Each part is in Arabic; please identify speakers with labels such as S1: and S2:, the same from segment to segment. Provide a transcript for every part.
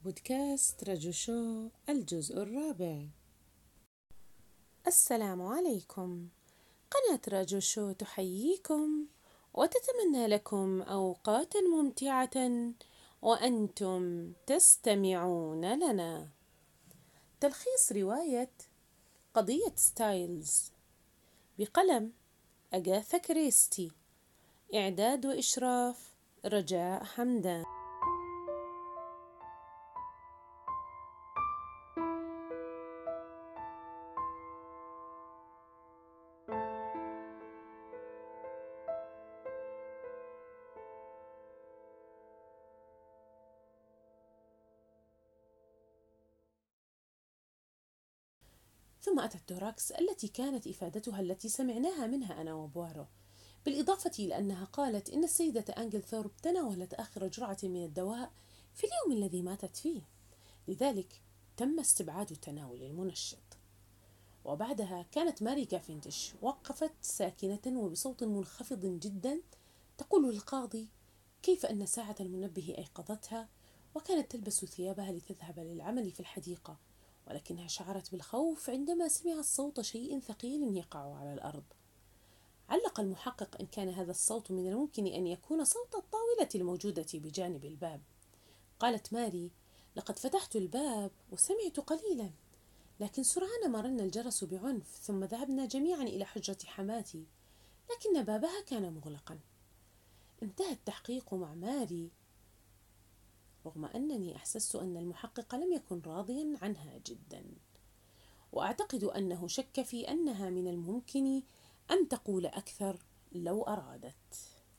S1: بودكاست رجو شو الجزء الرابع. السلام عليكم. قناة رجو شو تحييكم وتتمنى لكم أوقاتا ممتعة وأنتم تستمعون لنا. تلخيص رواية قضية ستايلز بقلم أغاثا كريستي، إعداد وإشراف رجاء حمدان. ثم أتت دوراكس التي كانت إفادتها التي سمعناها منها أنا وبوارو، بالإضافة إلى أنها قالت إن السيدة أنجلثورب تناولت آخر جرعة من الدواء في اليوم الذي ماتت فيه، لذلك تم استبعاد تناول المنشط. وبعدها كانت ماري كافنديش وقفت ساكنة وبصوت منخفض جدا تقول للقاضي كيف أن ساعة المنبه أيقظتها، وكانت تلبس ثيابها لتذهب للعمل في الحديقة، ولكنها شعرت بالخوف عندما سمعت صوت شيء ثقيل يقع على الأرض. علق المحقق إن كان هذا الصوت من الممكن أن يكون صوت الطاولة الموجودة بجانب الباب. قالت ماري: لقد فتحت الباب وسمعت قليلا، لكن سرعان ما رن الجرس بعنف، ثم ذهبنا جميعا إلى حجرة حماتي، لكن بابها كان مغلقا. انتهى التحقيق مع ماري، رغم أنني أحسست أن المحقق لم يكن راضيا عنها جدا، وأعتقد أنه شك في أنها من الممكن أن تقول أكثر لو أرادت.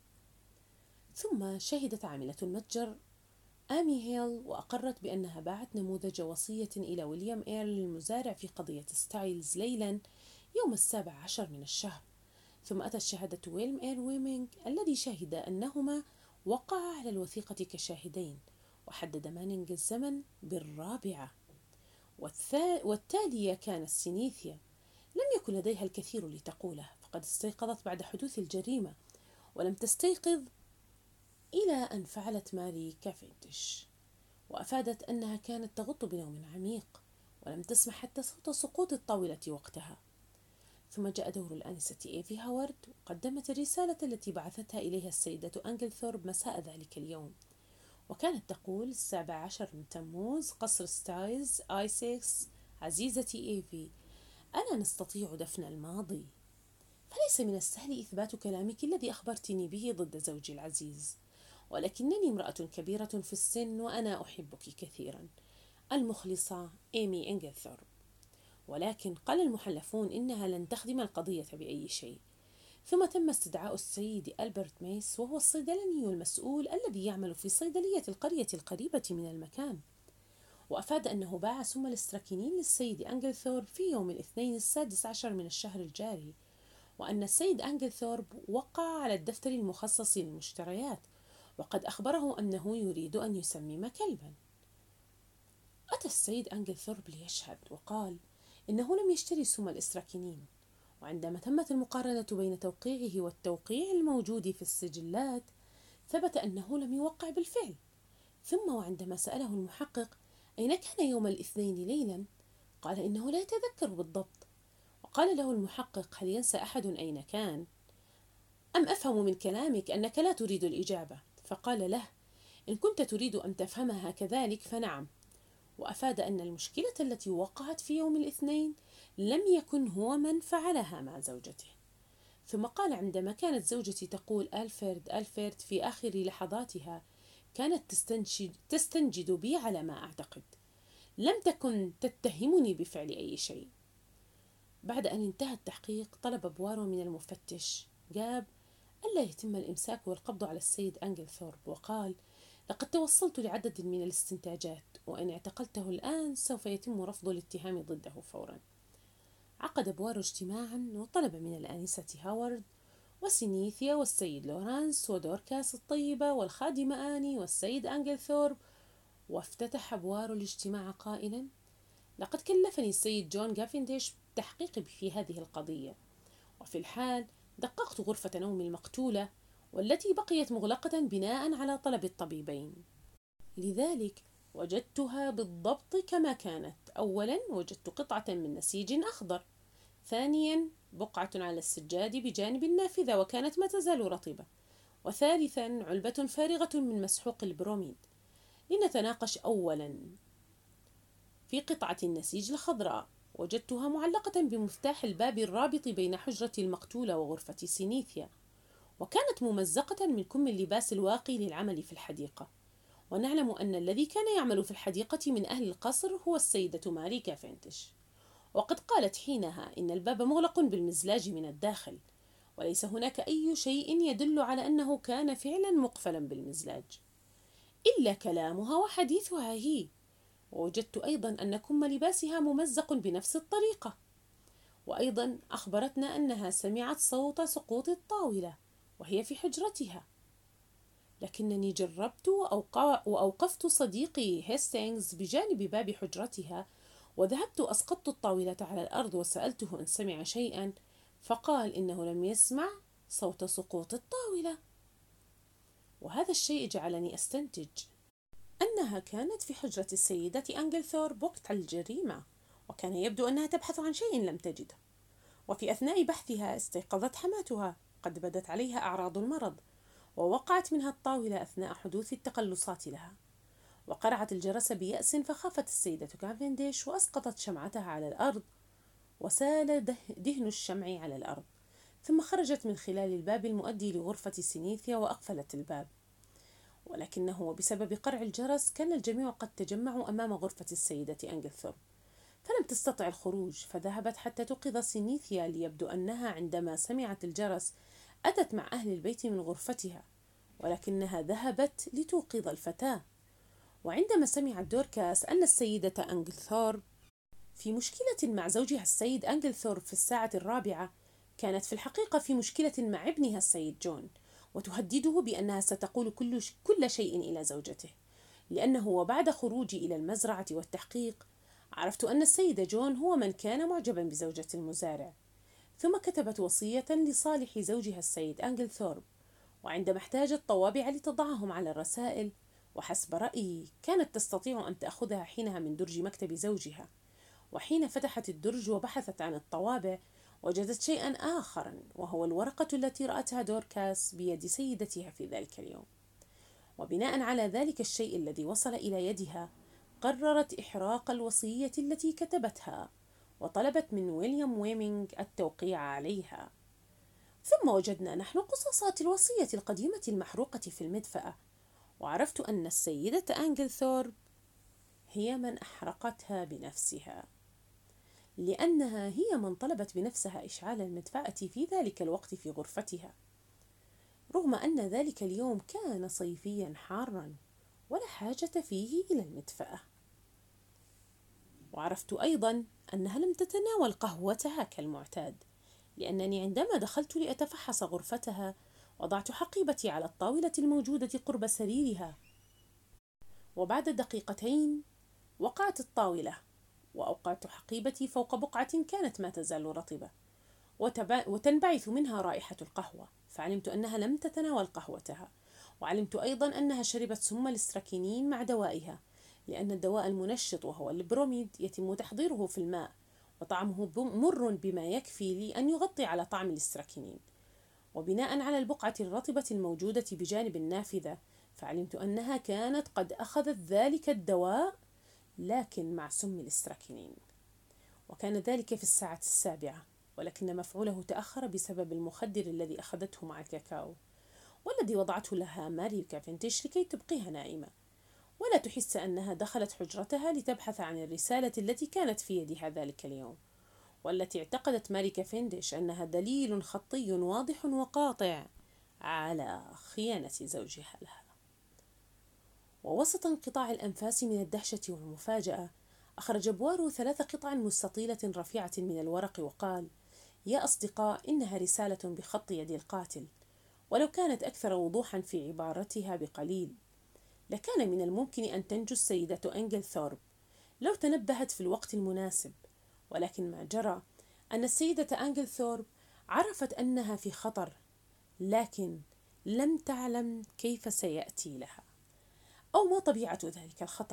S1: ثم شهدت عاملة المتجر آمي هيل وأقرت بأنها باعت نموذج وصية إلى ويليام إيرل المزارع في قضية ستايلز ليلا يوم 17 من الشهر. ثم أتت شهادة ويلم إير ويمينغ الذي شهد أنهما وقعا على الوثيقة كشاهدين، وحدد مانينغ الزمن بالرابعة. والتالية كانت سينيثيا. لم يكن لديها الكثير لتقوله، فقد استيقظت بعد حدوث الجريمة، ولم تستيقظ إلى أن فعلت ماري كافنديش، وأفادت أنها كانت تغط بنوم عميق، ولم تسمع حتى صوت سقوط الطاولة وقتها. ثم جاء دور الآنسة إيفي هاورد، وقدمت الرسالة التي بعثتها إليها السيدة أنجلثورب مساء ذلك اليوم، وكانت تقول: 17 من تموز، قصر ستايلز، آيسكس. عزيزتي إيفي، ألا نستطيع دفن الماضي؟ فليس من السهل إثبات كلامك الذي أخبرتني به ضد زوجي العزيز، ولكنني امرأة كبيرة في السن وأنا أحبك كثيرا. المخلصة إيمي إنجلثورب. ولكن قال المحلفون إنها لن تخدم القضية بأي شيء. ثم تم استدعاء السيد ألبرت ميس، وهو الصيدلاني المسؤول الذي يعمل في صيدلية القرية القريبة من المكان، وأفاد أنه باع سم الاستراكينين للسيد أنجلثورب في يوم الاثنين 16 من الشهر الجاري، وأن السيد أنجلثورب وقع على الدفتر المخصص للمشتريات، وقد أخبره أنه يريد أن يسمم كلبا. أتى السيد أنجلثورب ليشهد، وقال إنه لم يشتري سم الاستراكينين. وعندما تمت المقارنة بين توقيعه والتوقيع الموجود في السجلات، ثبت أنه لم يوقع بالفعل. ثم وعندما سأله المحقق أين كان يوم الاثنين ليلا، قال إنه لا يتذكر بالضبط. وقال له المحقق: هل ينسى أحد أين كان؟ أم أفهم من كلامك أنك لا تريد الإجابة؟ فقال له: إن كنت تريد أن تفهمها كذلك فنعم. وأفاد أن المشكلة التي وقعت في يوم الاثنين لم يكن هو من فعلها مع زوجته. ثم قال: عندما كانت زوجتي تقول ألفرد ألفرد في آخر لحظاتها، كانت تستنجد بي على ما أعتقد، لم تكن تتهمني بفعل أي شيء. بعد أن انتهى التحقيق، طلب بوارو من المفتش جاب ألا يتم الإمساك والقبض على السيد أنجلثورب، وقال: لقد توصلت لعدد من الاستنتاجات، وإن اعتقلته الآن سوف يتم رفض الاتهام ضده فورا. عقد بوارو اجتماعا، وطلب من الآنسة هاورد وسينيثيا والسيد لورانس ودوركاس الطيبة والخادمة آني والسيد أنجلثورب. وافتتح بوارو الاجتماع قائلا: لقد كلفني السيد جون غافنديش بالتحقيق في هذه القضية، وفي الحال دققت غرفة نوم المقتولة والتي بقيت مغلقة بناء على طلب الطبيبين، لذلك وجدتها بالضبط كما كانت. أولا وجدت قطعة من نسيج أخضر، ثانيا بقعة على السجاد بجانب النافذة وكانت ما تزال رطبة، وثالثا علبة فارغة من مسحوق البروميد. لنتناقش. أولا في قطعة النسيج الخضراء، وجدتها معلقة بمفتاح الباب الرابط بين حجرة المقتولة وغرفة سينيثيا، وكانت ممزقة من كم اللباس الواقي للعمل في الحديقة. ونعلم أن الذي كان يعمل في الحديقة من أهل القصر هو السيدة ماري كافنتش، وقد قالت حينها إن الباب مغلق بالمزلاج من الداخل، وليس هناك أي شيء يدل على أنه كان فعلا مقفلا بالمزلاج إلا كلامها وحديثها هي. ووجدت أيضا أن كم لباسها ممزق بنفس الطريقة، وأيضا أخبرتنا أنها سمعت صوت سقوط الطاولة وهي في حجرتها. لكنني جربت وأوقفت صديقي هيستينغز بجانب باب حجرتها، وذهبت أسقطت الطاولة على الأرض وسألته إن سمع شيئا، فقال إنه لم يسمع صوت سقوط الطاولة. وهذا الشيء جعلني أستنتج أنها كانت في حجرة السيدة أنجلثورب وقت الجريمة، وكان يبدو أنها تبحث عن شيء لم تجده. وفي أثناء بحثها استيقظت حماتها قد بدت عليها أعراض المرض، ووقعت منها الطاولة أثناء حدوث التقلصات لها، وقرعت الجرس بيأس، فخافت السيدة كافنديش وأسقطت شمعتها على الأرض، وسال دهن الشمع على الأرض، ثم خرجت من خلال الباب المؤدي لغرفة سينيثيا وأقفلت الباب. ولكنه بسبب قرع الجرس كان الجميع قد تجمعوا أمام غرفة السيدة أنجلثورب، فلم تستطع الخروج، فذهبت حتى توقظ سينيثيا. ليبدو أنها عندما سمعت الجرس أتت مع أهل البيت من غرفتها، ولكنها ذهبت لتوقظ الفتاة. وعندما سمعت دوركاس أن السيدة أنجلثورب في مشكلة مع زوجها السيد أنجلثورب في الساعة 4، كانت في الحقيقة في مشكلة مع ابنها السيد جون، وتهدده بأنها ستقول كل شيء إلى زوجته، لأنه وبعد خروجي إلى المزرعة والتحقيق عرفت أن السيد جون هو من كان معجبا بزوجة المزارع. ثم كتبت وصية لصالح زوجها السيد أنجلثورب، وعندما احتاجت طوابع لتضعهم على الرسائل، وحسب رأيي كانت تستطيع أن تأخذها حينها من درج مكتب زوجها. وحين فتحت الدرج وبحثت عن الطوابع وجدت شيئا آخرا، وهو الورقة التي رأتها دوركاس بيد سيدتها في ذلك اليوم. وبناء على ذلك الشيء الذي وصل إلى يدها قررت إحراق الوصية التي كتبتها، وطلبت من ويليام ويمينغ التوقيع عليها. ثم وجدنا نحن قصاصات الوصية القديمة المحروقة في المدفأة، وعرفت أن السيدة أنجلثورب هي من أحرقتها بنفسها، لأنها هي من طلبت بنفسها إشعال المدفأة في ذلك الوقت في غرفتها، رغم أن ذلك اليوم كان صيفيا حارا ولا حاجة فيه إلى المدفأة. وعرفت أيضا أنها لم تتناول قهوتها كالمعتاد، لأنني عندما دخلت لأتفحص غرفتها وضعت حقيبتي على الطاولة الموجودة قرب سريرها، وبعد دقيقتين وقعت الطاولة، وأوقعت حقيبتي فوق بقعة كانت ما تزال رطبة وتنبعث منها رائحة القهوة، فعلمت أنها لم تتناول قهوتها. وعلمت أيضا أنها شربت سم الاستراكينين مع دوائها، لأن الدواء المنشط وهو البروميد يتم تحضيره في الماء، وطعمه مر بما يكفي لي أن يغطي على طعم الاستراكينين. وبناء على البقعة الرطبة الموجودة بجانب النافذة، فعلمت أنها كانت قد أخذت ذلك الدواء لكن مع سم الاستراكينين، وكان ذلك في الساعة 7، ولكن مفعوله تأخر بسبب المخدر الذي أخذته مع الكاكاو، والذي وضعته لها ماري كافنتيش لكي تبقيها نائمة ولا تحس أنها دخلت حجرتها لتبحث عن الرسالة التي كانت في يدها ذلك اليوم، والتي اعتقدت ماري كافنديش أنها دليل خطي واضح وقاطع على خيانة زوجها لها. ووسط انقطاع الأنفاس من الدهشة والمفاجأة، أخرج بوارو 3 قطع مستطيلة رفيعة من الورق وقال: يا أصدقاء، إنها رسالة بخط يد القاتل، ولو كانت أكثر وضوحا في عبارتها بقليل. لكان من الممكن أن تنجو السيدة أنجلثورب لو تنبهت في الوقت المناسب، ولكن ما جرى أن السيدة أنجلثورب عرفت أنها في خطر، لكن لم تعلم كيف سيأتي لها أو ما طبيعة ذلك الخطر.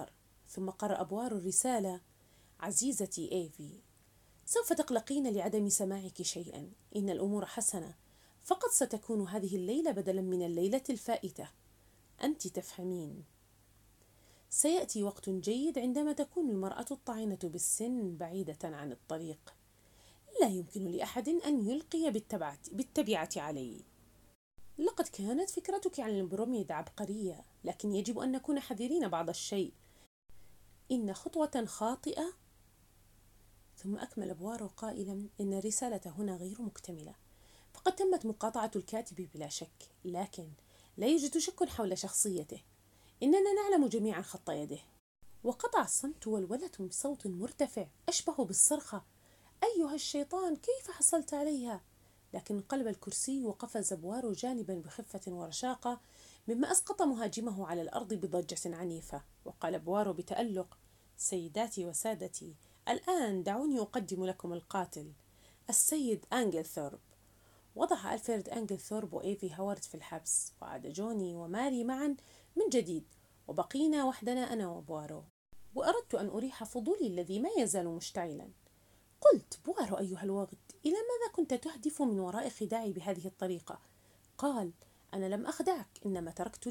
S1: ثم قرأ بوارو الرسالة: عزيزتي إيفي، سوف تقلقين لعدم سماعك شيئا، إن الأمور حسنة، فقط ستكون هذه الليلة بدلا من الليلة الفائتة، أنت تفهمين. سيأتي وقت جيد عندما تكون المرأة الطاعنة بالسن بعيدة عن الطريق، لا يمكن لأحد أن يلقي بالتبعة علي. لقد كانت فكرتك عن البروميد عبقرية، لكن يجب أن نكون حذرين بعض الشيء، إن خطوة خاطئة. ثم أكمل بوارو قائلا: إن الرسالة هنا غير مكتملة، فقد تمت مقاطعة الكاتب بلا شك، لكن لا يوجد شك حول شخصيته، إننا نعلم جميعا خط يده. وقطع الصمت والولد بصوت مرتفع أشبه بالصرخة: أيها الشيطان، كيف حصلت عليها؟ لكن انقلب الكرسي وقفز بوارو جانبا بخفة ورشاقة، مما أسقط مهاجمه على الأرض بضجة عنيفة. وقال بوارو بتألق: سيداتي وسادتي، الآن دعوني أقدم لكم القاتل، السيد أنجلثورب. وضع ألفريد أنجلثورب وإيفي هوارد في الحبس، وعاد جوني وماري معا من جديد، وبقينا وحدنا أنا وبوارو. وأردت أن أريح فضولي الذي ما يزال مشتعلا. قلت: بوارو أيها الوغد، إلى ماذا كنت تهدف من وراء خداعي بهذه الطريقة؟ قال: أنا لم أخدعك، إنما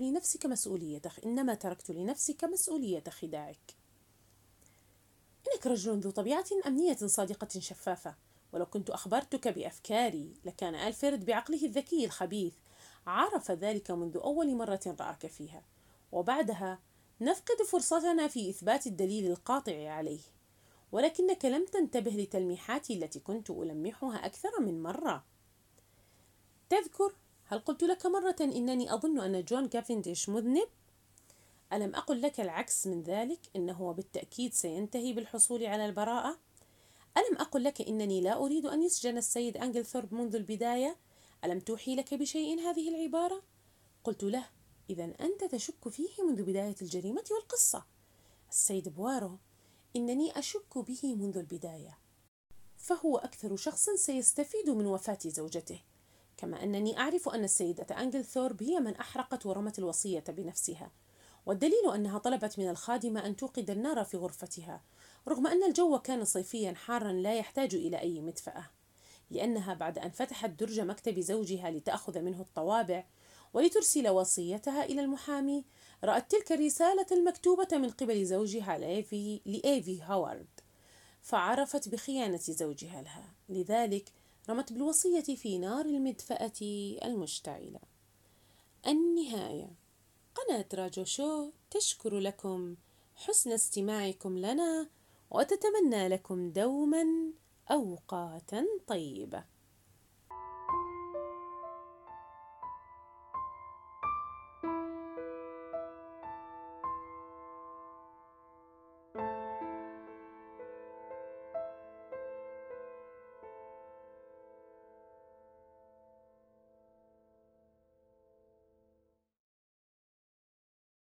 S1: تركت لنفسك مسؤولية خداعك. إنك رجل ذو طبيعة أمنية صادقة شفافة، ولو كنت أخبرتك بأفكاري لكان ألفريد بعقله الذكي الخبيث عرف ذلك منذ أول مرة رآك فيها، وبعدها نفقد فرصتنا في إثبات الدليل القاطع عليه. ولكنك لم تنتبه لتلميحاتي التي كنت ألمحها أكثر من مرة. تذكر، هل قلت لك مرة إنني أظن أن جون كافنديش مذنب؟ ألم أقل لك العكس من ذلك، إنه بالتأكيد سينتهي بالحصول على البراءة؟ ألم أقل لك إنني لا أريد أن يسجن السيد أنجلثورب منذ البداية؟ ألم توحي لك بشيء هذه العبارة؟ قلت له: إذا أنت تشك فيه منذ بداية الجريمة والقصة. السيد بوارو، إنني أشك به منذ البداية، فهو أكثر شخص سيستفيد من وفاة زوجته، كما أنني أعرف أن السيدة أنجلثورب هي من أحرقت ورمت الوصية بنفسها، والدليل أنها طلبت من الخادمة أن توقد النار في غرفتها، رغم أن الجو كان صيفيا حارا لا يحتاج إلى أي مدفأة، لأنها بعد أن فتحت درج مكتب زوجها لتأخذ منه الطوابع ولترسل وصيتها إلى المحامي، رأت تلك الرسالة المكتوبة من قبل زوجها لإيفي هوارد، فعرفت بخيانة زوجها لها، لذلك رمت بالوصية في نار المدفأة المشتعلة. النهاية. قناة راجو شو تشكر لكم حسن استماعكم لنا، وتتمنى لكم دوما أوقاتا طيبة.